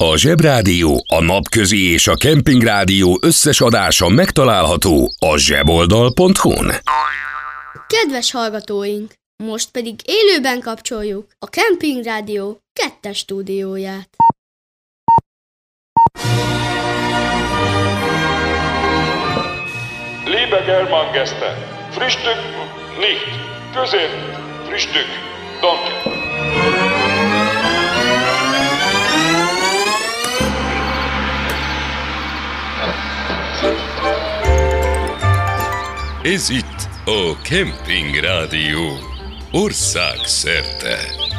A Zsebrádió, a Napközi és a Kempingrádió összes adása megtalálható a zseboldal.hu-n. Kedves hallgatóink, most pedig élőben kapcsoljuk a Kempingrádió 2. stúdióját. Liebe Germangäste, Frühstück nicht, Közép, Frühstück, danke. Ez itt a Kempingrádió országszerte.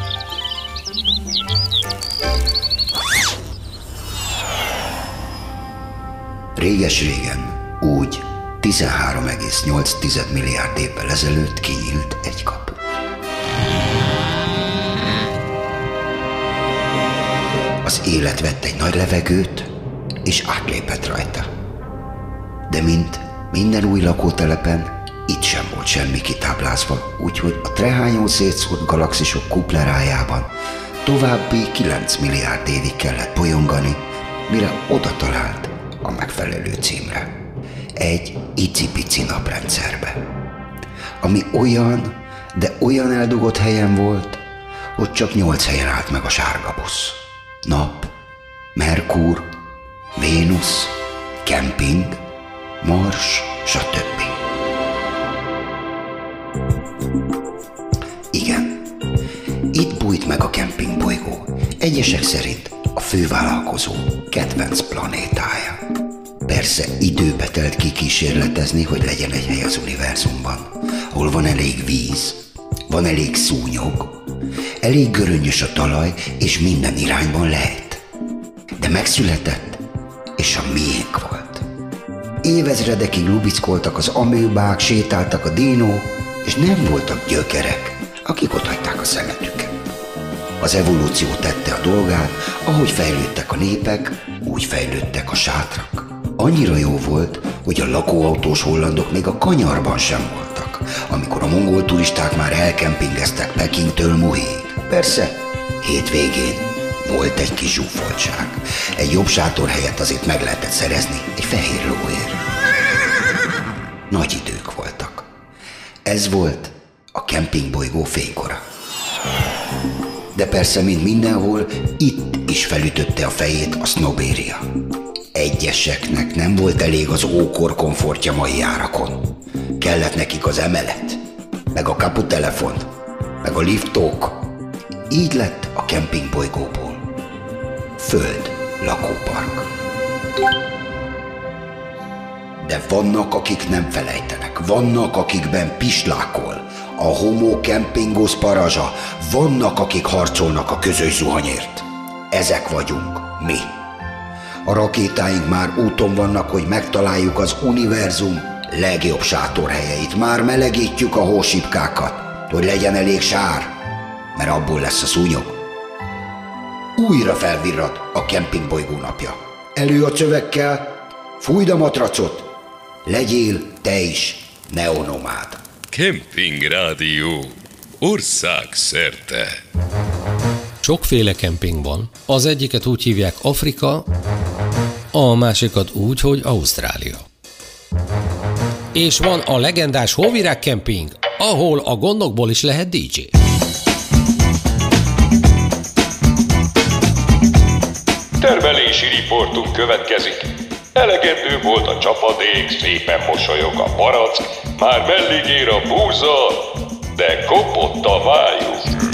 Réges-régen, úgy 13,8 milliárd évvel ezelőtt kinyílt egy kapu. Az élet vett egy nagy levegőt, és átlépett rajta. De mint minden új lakótelepen, itt sem volt semmi kitáblázva, úgyhogy a trehányó szétszórt galaxisok kuplerájában további 9 milliárd évig kellett bolyongani, mire oda talált a megfelelő címre. Egy icipici naprendszerbe, ami olyan, de olyan eldugott helyen volt, hogy csak 8 helyen állt meg a sárga busz. Nap, Merkur, Vénusz, kemping, Mars, stb. Igen, itt bújt meg a kempingbolygó, egyesek szerint a fővállalkozó kedvenc planétája. Persze időbe telt kikísérletezni, hogy legyen egy hely az univerzumban, ahol van elég víz, van elég szúnyog, elég göröngyös a talaj, és minden irányban lejt. De megszületett, és a miénk volt. Évezredekig lubickoltak az amőbák, sétáltak a dinók, és nem voltak gyökerek, akik otthagyták a szemetüket. Az evolúció tette a dolgát, ahogy fejlődtek a népek, úgy fejlődtek a sátrak. Annyira jó volt, hogy a lakóautós hollandok még a kanyarban sem voltak, amikor a mongol turisták már elkempingeztek Pekingtől Muhig. Persze, hétvégén volt egy kis zsúfoltság. Egy jobb sátorhelyet azért meg lehetett szerezni egy fehér lóért. Nagy idők voltak. Ez volt a kempingbolygó fénykora. De persze, mint mindenhol, itt is felütötte a fejét a sznobéria. Egyeseknek nem volt elég az ókor komfortja mai árakon. Kellett nekik az emelet, meg a kaputelefon, meg a liftok. Így lett a kempingbolygóból föld lakópark. De vannak, akik nem felejtenek, vannak, akikben pislákol a homo kempingos parazsa, vannak, akik harcolnak a közös zuhanyért. Ezek vagyunk mi. A rakétáink már úton vannak, hogy megtaláljuk az univerzum legjobb sátorhelyeit. Már melegítjük a hósipkákat, hogy legyen elég sár, mert abból lesz a szúnyog. Újra felvirrad a kempingbolygó napja. Elő a csövekkel, fújd a matracot, legyél te is neonomád. Kempingrádió országszerte. Sokféle kemping van. Az egyiket úgy hívják Afrika, a másikat úgy, hogy Ausztrália. És van a legendás Hóvirág kemping, ahol a gondokból is lehet DJ. Termelési riportunk következik. Elegendő volt a csapadék, szépen mosolyog a barack, már mellig ér a búza, de kopott a májuk.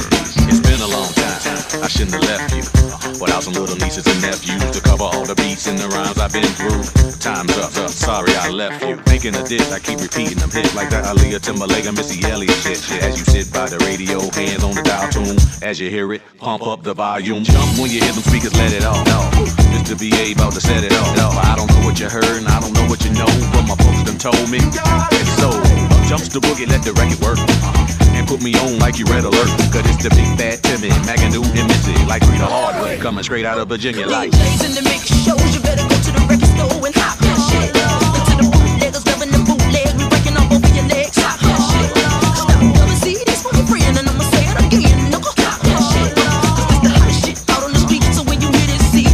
I shouldn't have left you without some little nieces and nephews to cover all the beats and the rhymes I've been through. Time's up, sorry I left you. Making a diss, I keep repeating them hits like that Aaliyah, Timberlake, and Missy Elliott shit. As you sit by the radio, hands on the dial tune. As you hear it, pump up the volume. Jump when you hear them speakers, let it off. Mr. B.A. about to set it off. I don't know what you heard and I don't know what you know, but my folks done told me it's so. Jumps the boogie, let the record work. And put me on like you Red Alert. Cause it's the big bad Timmy, Maganoo and Missy. Like Rita Hardway, coming straight out of Virginia like DJs in the mix shows, you better go to the record store and hop that shit. Listen to the bootleggers, loving the bootleg. We breaking off both of your legs, hop that shit. Stop the CDs for your friend and I'ma say it again, nigga. Hop that shit. Cause it's the hottest shit out on the street. So when you hear this, see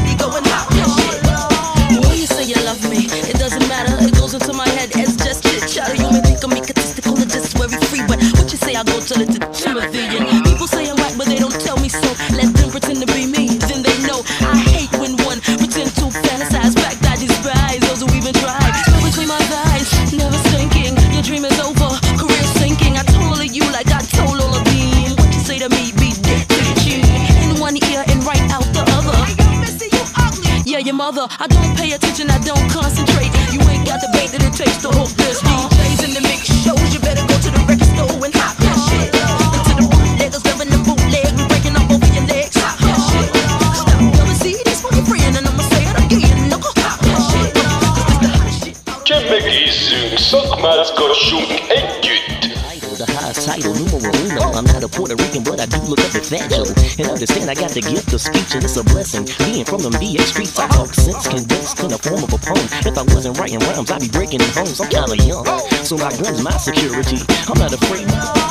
your mother. I don't pay attention, I don't concentrate. You ain't got the bait that it takes to hook this. DJs in the mix shows, you better go to the record store and hop that shit. To the bootleggers, loving the bootleg, we breaking up over your legs. Hop that shit. Stop loving CDs for your friend, and I'ma say it again. Knuckle, hop that shit. Csemmegézzünk, szakmázgassunk együtt! The highest title, numero uno. I'm not a Puerto Rican, but I do look up at Fat Joe. And understand I got the gift of speech, and it's a blessing. Being from them VA streets, I talk sense condensed in the form of a poem. If I wasn't writing rhymes, I'd be breaking in homes. I'm kinda young, so my gun's my security. I'm not afraid.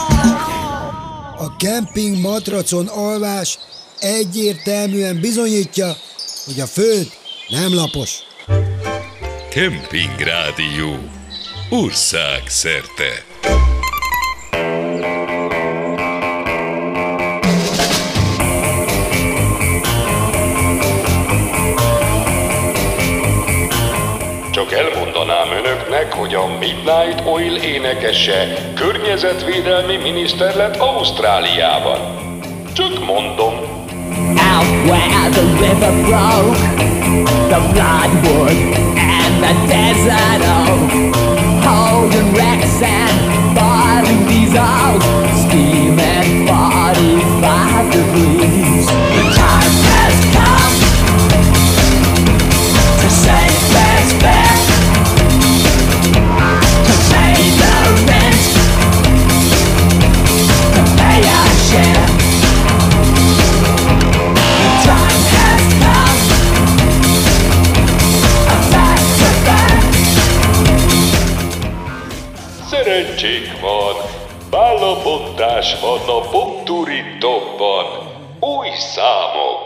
A kemping matracon alvás egyértelműen bizonyítja, hogy a föld nem lapos. Kemping Rádió. Országszerte. Csak elmondanám önöknek, hogy a Midnight Oil énekese környezetvédelmi miniszter lett Ausztráliában. Csak mondom. Out where the river broke, the bloodwood and the desert oak, holding wrecks and boiling diesels, steaming 45 degrees. The time has come to save what's best, to pay the rent, to pay our share. Szerencsék van, vállapontás van a Popturintokban. Új számok.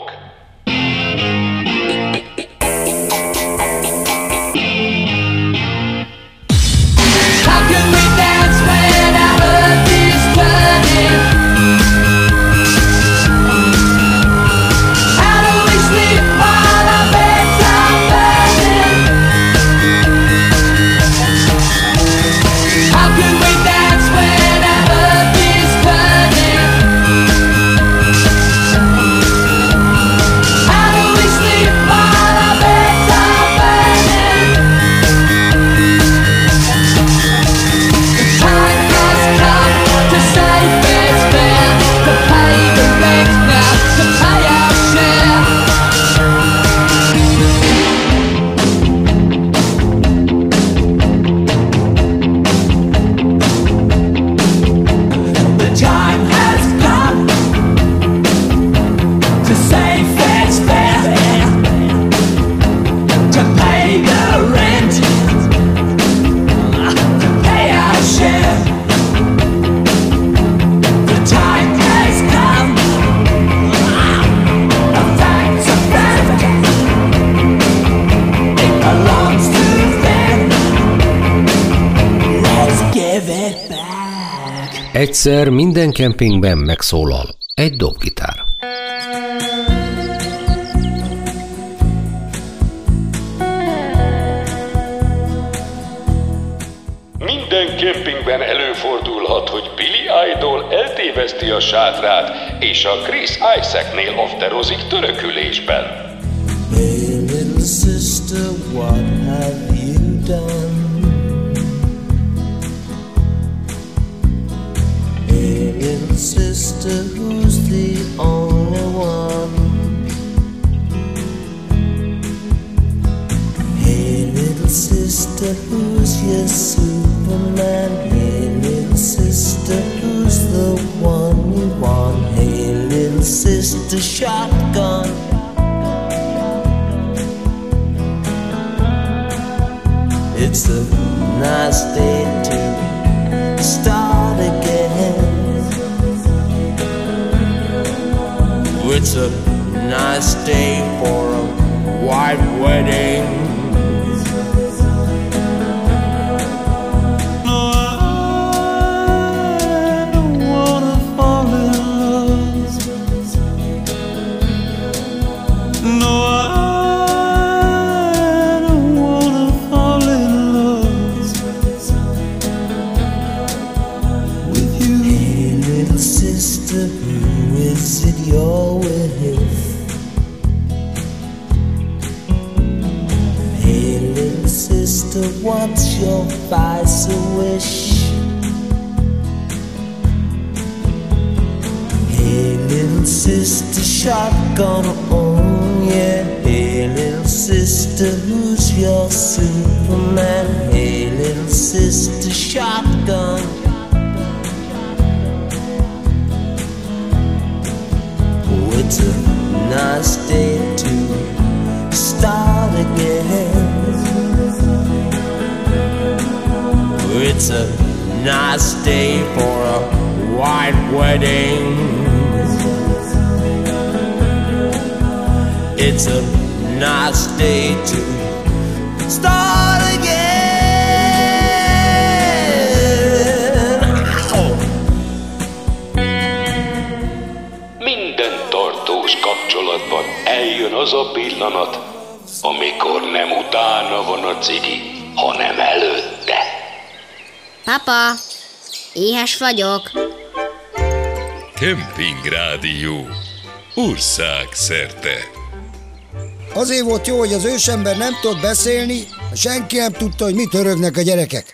Egyszer minden kempingben megszólal egy dobgitár. Minden kempingben előfordulhat, hogy Billy Idol eltéveszti a sátrát, és a Chris Isaacnél afterozik törökülésben. Hey little sister, what have you done? Hey little sister, who's the only one? Hey little sister, who's your Superman? Hey little sister, who's the one you want? Hey little sister, shotgun. It's a nice day to start again. It's a nice day for a white wedding. No, I don't wanna fall in love. No, I don't wanna fall in love with you. Hey, little sister, who is it you're with? sister, what's your vice wish? Hey, little sister, shotgun on, yeah. Hey, little sister, who's your Superman? Hey, little sister, shotgun. Oh, it's a nice day to start again. It's a nice day for a white wedding. It's a nice day to start again. Oh. Minden tartós kapcsolatban eljön az a pillanat, amikor nem utána van a cigi, hanem előtte. Papa, éhes vagyok. Kemping Rádió. Ország szerte. Azért volt jó, hogy az ősember nem tudott beszélni, senki nem tudta, hogy mit örögnek a gyerekek.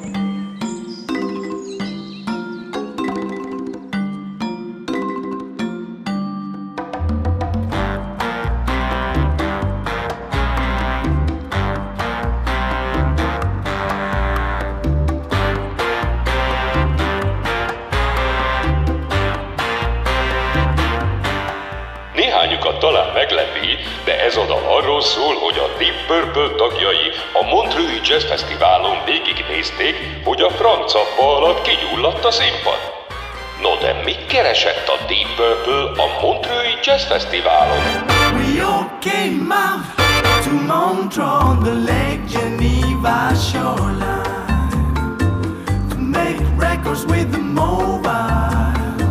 Néhányukat talán meglepi, de ez a dal arról szól, hogy a Deep Purple tagjai a Montreux Jazz Fesztiválon végignézték, hogy a francappa alatt kigyulladt a színpad. No de mit keresett a Deep Purple a Montreux Jazz Fesztiválon? We all came out to Montreux on the Lake Geneva shoreline to make records with the mobile.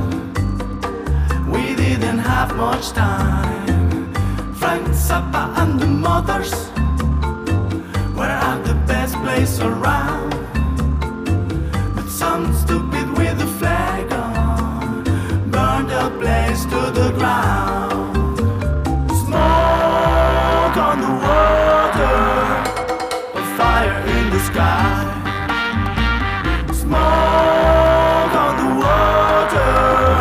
We didn't have much time. Frank Zappa and the Mothers were at the best place around, but some stupid with a flag on burned the place to the ground. Smoke on the water, a fire in the sky. Smoke on the water.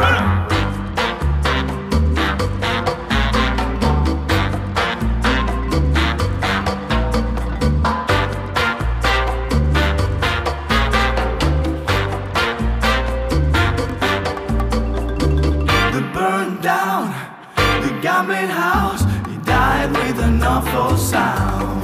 Gambling house, he died with an awful sound.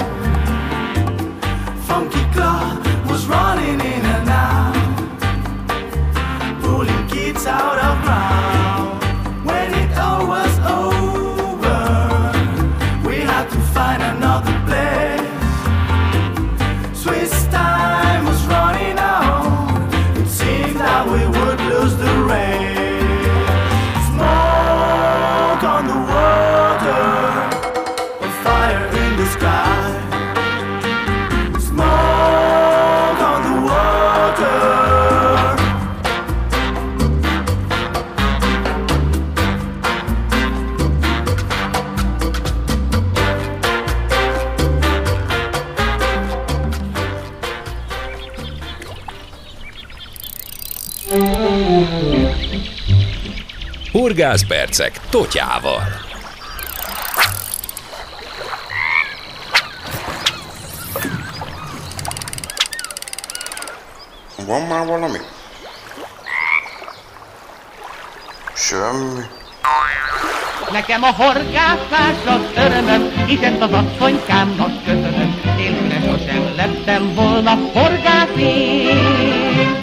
Funky Claude was running in and out, pulling kids out of ground. When it all was over, we had to find another place. Swiss time was running out, it seemed that we would lose the race. Horgászpercek Totyával. Van már valami? Semmi. Nekem a horgászás az örömöm, így ezt az asszonykámnak köszönöm. Élőre sosem lettem volna horgászész.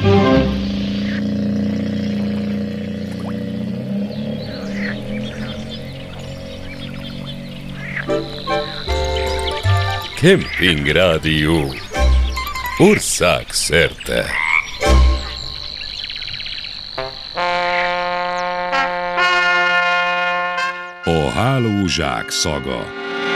Kemping Rádió. Ország szerte. A hálózsák szaga.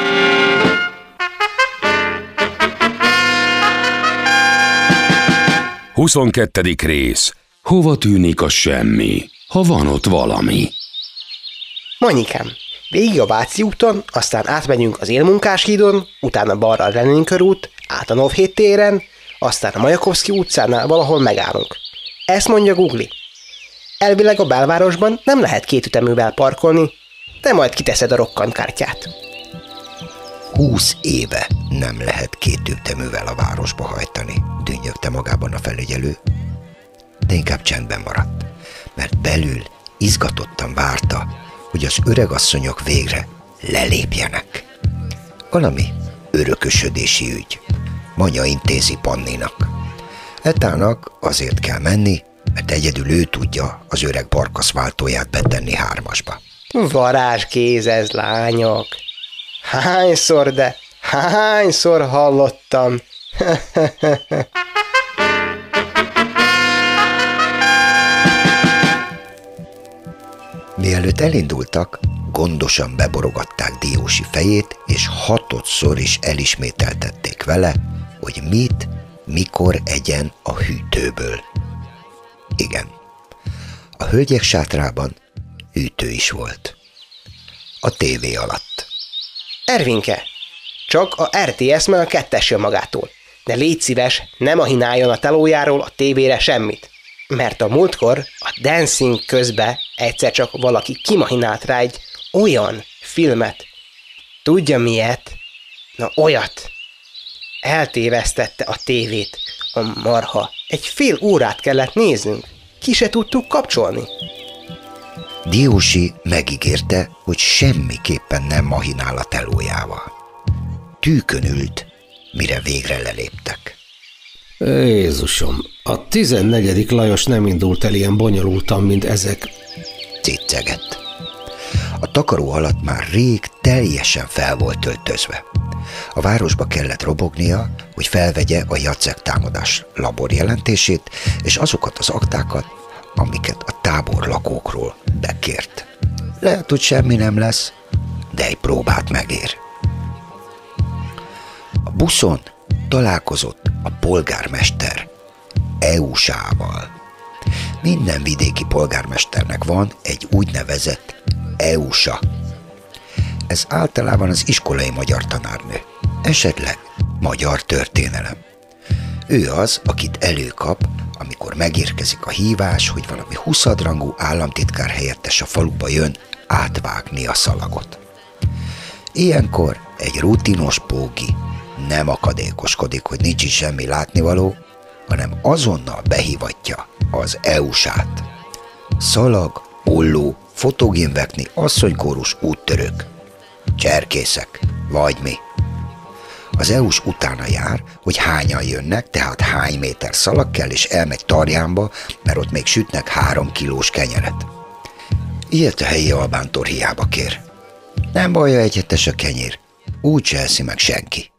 Huszonkettedik rész. Hova tűnik a semmi, ha van ott valami? Manyikám, végig a Váci úton, aztán átmegyünk az Élmunkás hídon, utána balra a Lenin körút, át a Novhét téren, aztán a Majakovszky utcánál valahol megállunk. Ezt mondja Google. Elvileg a belvárosban nem lehet kétüteművel parkolni, de majd kiteszed a rokkantkártyát. 20 éve nem lehet kétüteművel a városba hajtani, dünnyögte magában a felügyelő, de inkább csendben maradt, mert belül izgatottan várta, hogy az öregasszonyok végre lelépjenek. Valami örökösödési ügy. Manya intézi Panninak. Etának azért kell menni, mert egyedül ő tudja az öreg barkaszváltóját betenni 3-asba. Varázskéz ez, lányok! Hányszor hallottam! Mielőtt elindultak, gondosan beborogatták Diósi fejét, és 6-szor is elismételtették vele, hogy mit, mikor egyen a hűtőből. Igen, a hölgyek sátrában hűtő is volt. A tévé alatt. Ervinke, csak a RTS meg a 2-es jön magától, de légy szíves, ne mahináljon a telójáról a tévére semmit. Mert a múltkor a dancing közbe egyszer csak valaki kimahinált rá egy olyan filmet. Tudja miért? Na olyat. Eltévesztette a tévét, a marha. Egy fél órát kellett néznünk. Ki se tudtuk kapcsolni. Diósi megígérte, hogy semmiképpen nem mahinál a telójával. Tűkön ült, mire végre leléptek. Jézusom, a 14. Lajos nem indult el ilyen bonyolultan, mint ezek. Ciccegett. A takaró alatt már rég teljesen fel volt öltözve. A városba kellett robognia, hogy felvegye a Jacek támadás laborjelentését, és azokat az aktákat, amiket a tábor lakókról bekért. Lehet, hogy semmi nem lesz, de egy próbát megér. A buszon találkozott a polgármester EU-sával. Minden vidéki polgármesternek van egy úgynevezett EU-sa. Ez általában az iskolai magyar tanárnő, esetleg magyar történelem. Ő az, akit előkap, amikor megérkezik a hívás, hogy valami 20-rangú államtitkár helyettes a faluba jön átvágni a szalagot. Ilyenkor egy rutinos pógi nem akadékoskodik, hogy nincs is semmi látnivaló, hanem azonnal behívatja az EU-sát. Szalag, olló, fotogénvekni, asszonykórus, úttörők, cserkészek, vagy mi. Az EU-s utána jár, hogy hányan jönnek, tehát hány méter szalag kell, és elmegy Tarjánba, mert ott még sütnek 3 kilós kenyeret. Ilyet a helyi albántor hiába kér. Nem baj, egyetes a kenyér, úgy se eszi meg senki.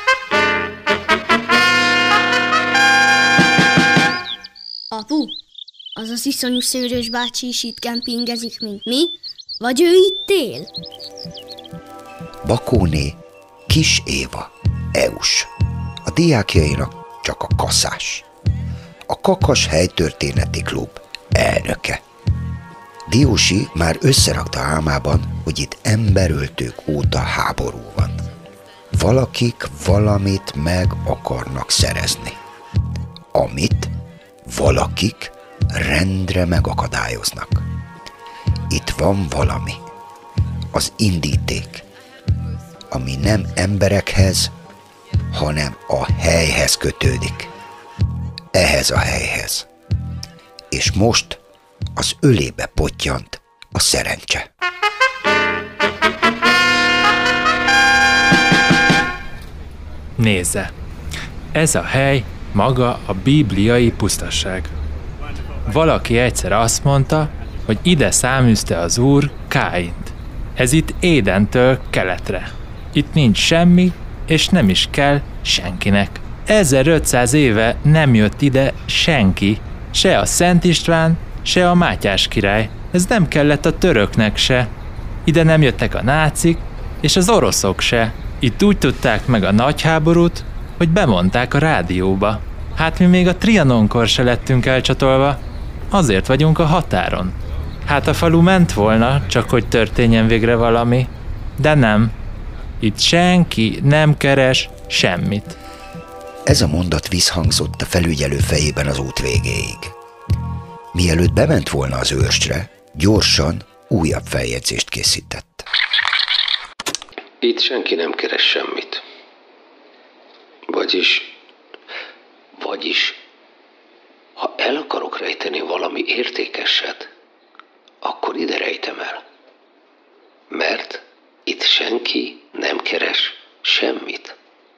Apu, az az iszonyú szőrös bácsi is itt kempingezik, mint mi? Vagy ő itt él? Bakóné Kis Éva, EU-s. A diákjainak csak a kaszás. A Kakas helytörténeti klub elnöke. Diósi már összerakta álmában, hogy itt emberöltők óta háború van. Valakik valamit meg akarnak szerezni. Amit valakik rendre megakadályoznak. Itt van valami. Az indíték, ami nem emberekhez, hanem a helyhez kötődik. Ehhez a helyhez. És most az ölébe pottyant a szerencse. Nézze, ez a hely maga a bibliai pusztaság. Valaki egyszer azt mondta, hogy ide száműzte az Úr Káint. Ez itt Édentől keletre. Itt nincs semmi, és nem is kell senkinek. 1500 éve nem jött ide senki, se a Szent István, se a Mátyás király. Ez nem kellett a töröknek se. Ide nem jöttek a nácik, és az oroszok se. Itt úgy tudták meg a nagy háborút, hogy bemondták a rádióba. Hát mi még a Trianonkor se lettünk elcsatolva, azért vagyunk a határon. Hát a falu ment volna, csak hogy történjen végre valami, de nem. Itt senki nem keres semmit. Ez a mondat visszhangzott a felügyelő fejében az út végéig. Mielőtt bement volna az őrsre, gyorsan újabb feljegyzést készített. Itt senki nem keres semmit. Vagyis, ha el akarok rejteni valami értékeset, akkor ide rejtem el. Mert itt senki nem keres semmit.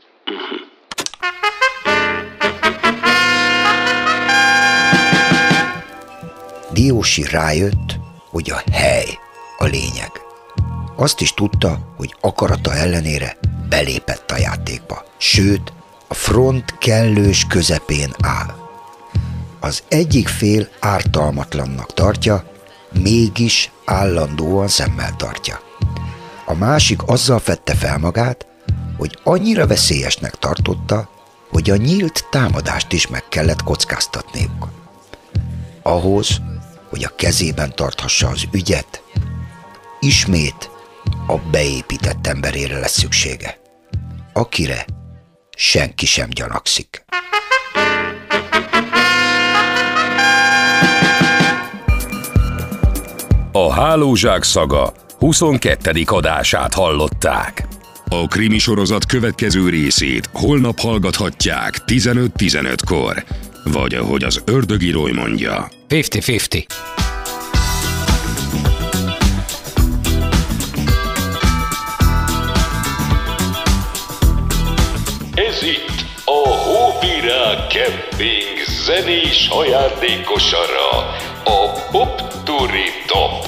Diósi rájött, hogy a hely a lényeg. Azt is tudta, hogy akarata ellenére belépett a játékba, sőt, a front kellős közepén áll. Az egyik fél ártalmatlannak tartja, mégis állandóan szemmel tartja. A másik azzal fedte fel magát, hogy annyira veszélyesnek tartotta, hogy a nyílt támadást is meg kellett kockáztatniuk. Ahhoz, hogy a kezében tarthassa az ügyet, ismét a beépített emberére lesz szüksége, akire senki sem gyanakszik. A Hálózsák szaga 22. adását hallották. A krimisorozat következő részét holnap hallgathatják 15:15-kor, vagy ahogy az ördögírói mondja, 50-50. Ez itt a Hóvirág Camping zenés ajándékosara, a Popturi Top.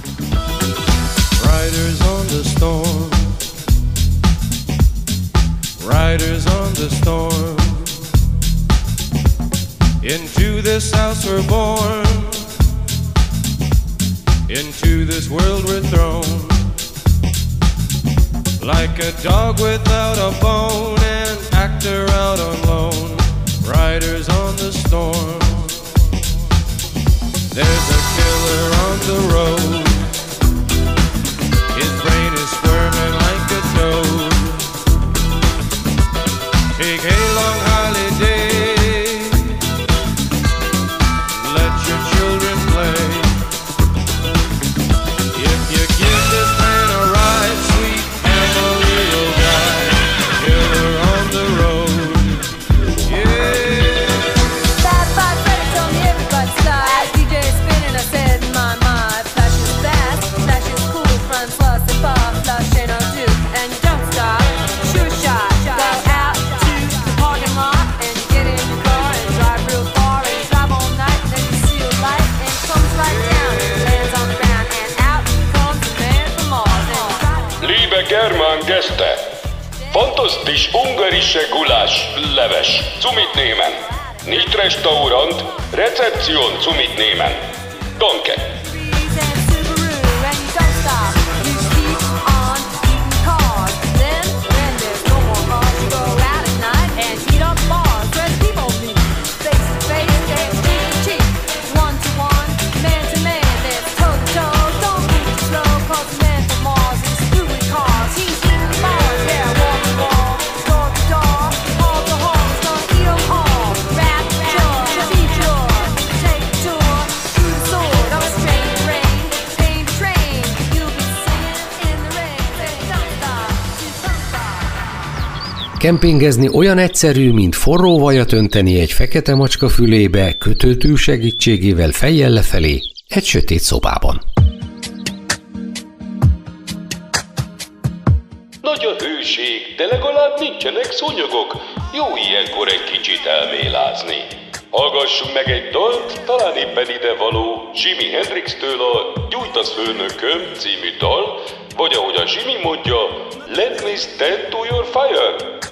Riders on the storm, riders on the storm. Into this house we're born, into this world we're thrown. Like a dog without a bone, an actor out on loan. Riders on the storm. There's a killer on the road. His brain is squirming like a toad. Take a long holiday. Let your children play. If you give this man a ride, sweet Emily will die. Killer on the road. Yeah. Bad Bad Freddy told me everybody slide. DJ spinning, I said in my mind. Flash is fast, flash is cool. Front plus and far, flush ain't no do. And you don't stop, sure shot. Go out to the parking lot and get in your car and drive real far and drive all night. Then you see a light and it comes right down and lands on the ground and out comes the man from Mars. Liebe Germán Gäste, fantastisch ungarische Gulasch, leves, zu mitnehmen. Nicht Restaurant, Rezeption zu mitnehmen. Danke. Kempingezni olyan egyszerű, mint forró vajat önteni egy fekete macska fülébe, kötőtű segítségével fejjel lefelé, egy sötét szobában. Nagy a hőség, de legalább nincsenek szúnyogok. Jó ilyenkor egy kicsit elmélázni. Hallgassunk meg egy dalt, talán éppen ide való Jimi Hendrix-től a Gyújtasz főnököm című dal, vagy ahogy a Jimi mondja, Let me stand to your fire.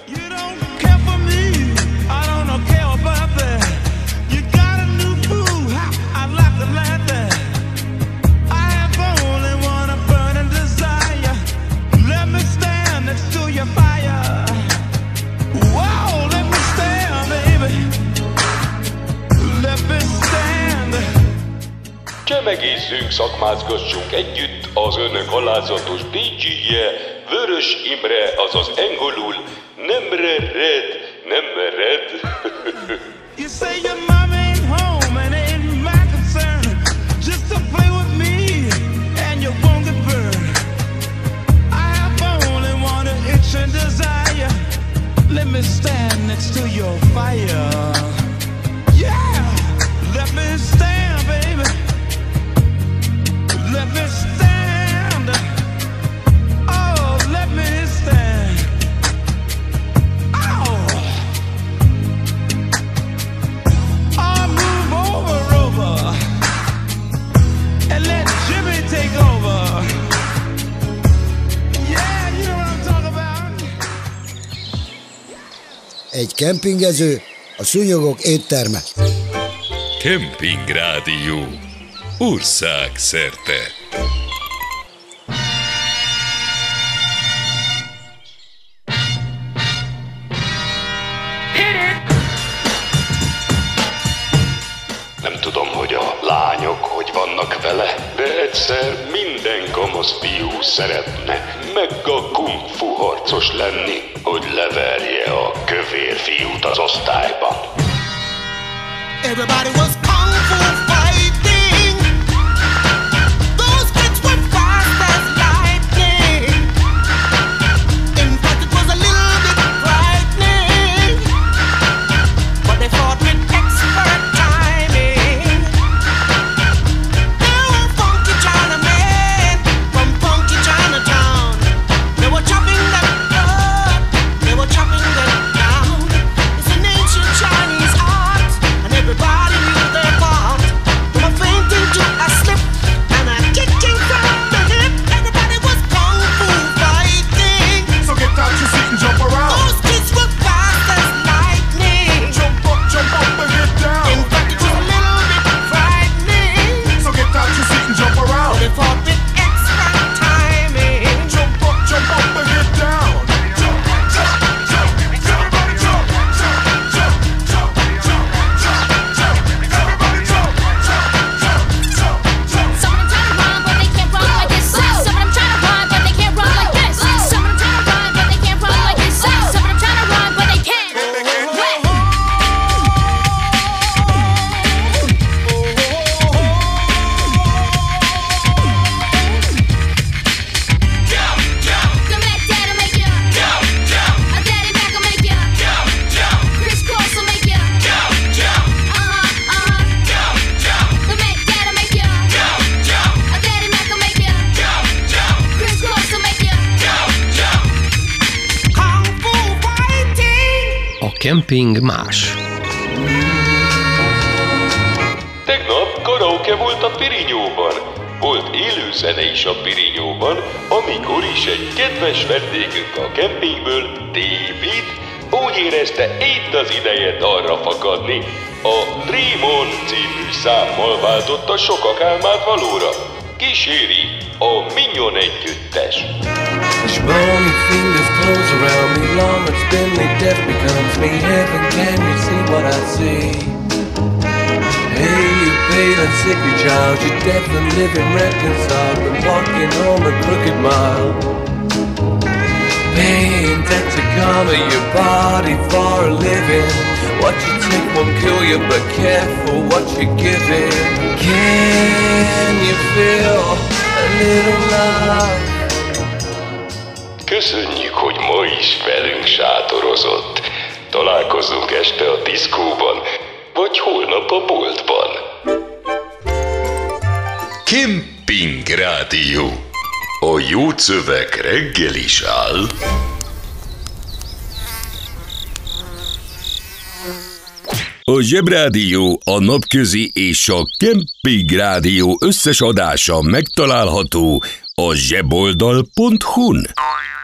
Csemegézzünk, szakmázgassunk együtt az önök alázatos DJ-je, Vörös Imre, azaz angolul Nemre Red Nem mered? You say your mom ain't home and ain't my concern. Just to play with me and you won't get burned. I have only one itch and desire. Let me stand next to your fire. Yeah, let me stand, baby. Let me stand. Oh, let me stand. Oh. I'll move over and let Jimmy take over. Yeah, you know what I'm talking about. Egy kempingező, a szúnyogok étterme. Kemping Rádió. Országszerte. Nem tudom, hogy a lányok hogy vannak vele, de egyszer minden kamasz fiú szeretne meg a kung fu harcos lenni, hogy leverje a kövér fiút az osztályban. Everybody was kung fu fighting. Those kids were fast as lightning. In fact, it was a little bit frightening, but they fought with expert timing. They were funky Chinamen from funky Chinatown. They were chopping them up, they were chopping them down. It's an ancient Chinese art, and everybody knew their part. From a fainting to a slip and a kicking from the hip, everybody was kung fu fighting. So get out your seat and jump around. Those kids were fast as lightning. Jump up and get down. In fact, it was a little bit frightening. So get out your seat and jump around. They fought with expert timing. Jump up and get down. Jump, everybody jump, everybody jump, Some of them try to rhyme, but they can't rhyme like this. Some of them try to rhyme, but they can't rhyme like this. Some of them try to rhyme, but they can't rhyme like this. Some of them try to rhyme, but they can't. Come back, Dad, I'll make ya. A daddy back, I'll make ya. Crisscross, I'll make ya. Come back, Dad, I'll make ya. A daddy back, I'll make ya. Crisscross, I'll make ya. Kung fu fighting. A kemping más. Tegnap karaoke volt a Pirinyóban. Volt élő zene is a Pirinyóban, amikor is egy kedves vendégünk a kempingből, David, úgy érezte itt az ideje arra fakadni. A Dream On című számmal váltotta sokak álmát valóra. Kíséri a Mignon együttes. Bony fingers close around me, long it's been me, death becomes me, heaven, can you see what I see? Hey, you pale and sickly child, you deaf and living reconciled, been walking home a crooked mile. Pain, debt to karma, your body for a living. What you take won't kill you, but careful what you're giving. Can you feel a little love? Köszönjük, hogy ma is velünk sátorozott. Találkozzunk este a diszkóban, vagy holnap a boltban. Kemping Rádió. A jó szöveg reggel is áll. A Zsebrádió, a Napközi és a Kemping Rádió összes adása megtalálható a zseboldal.hu-n.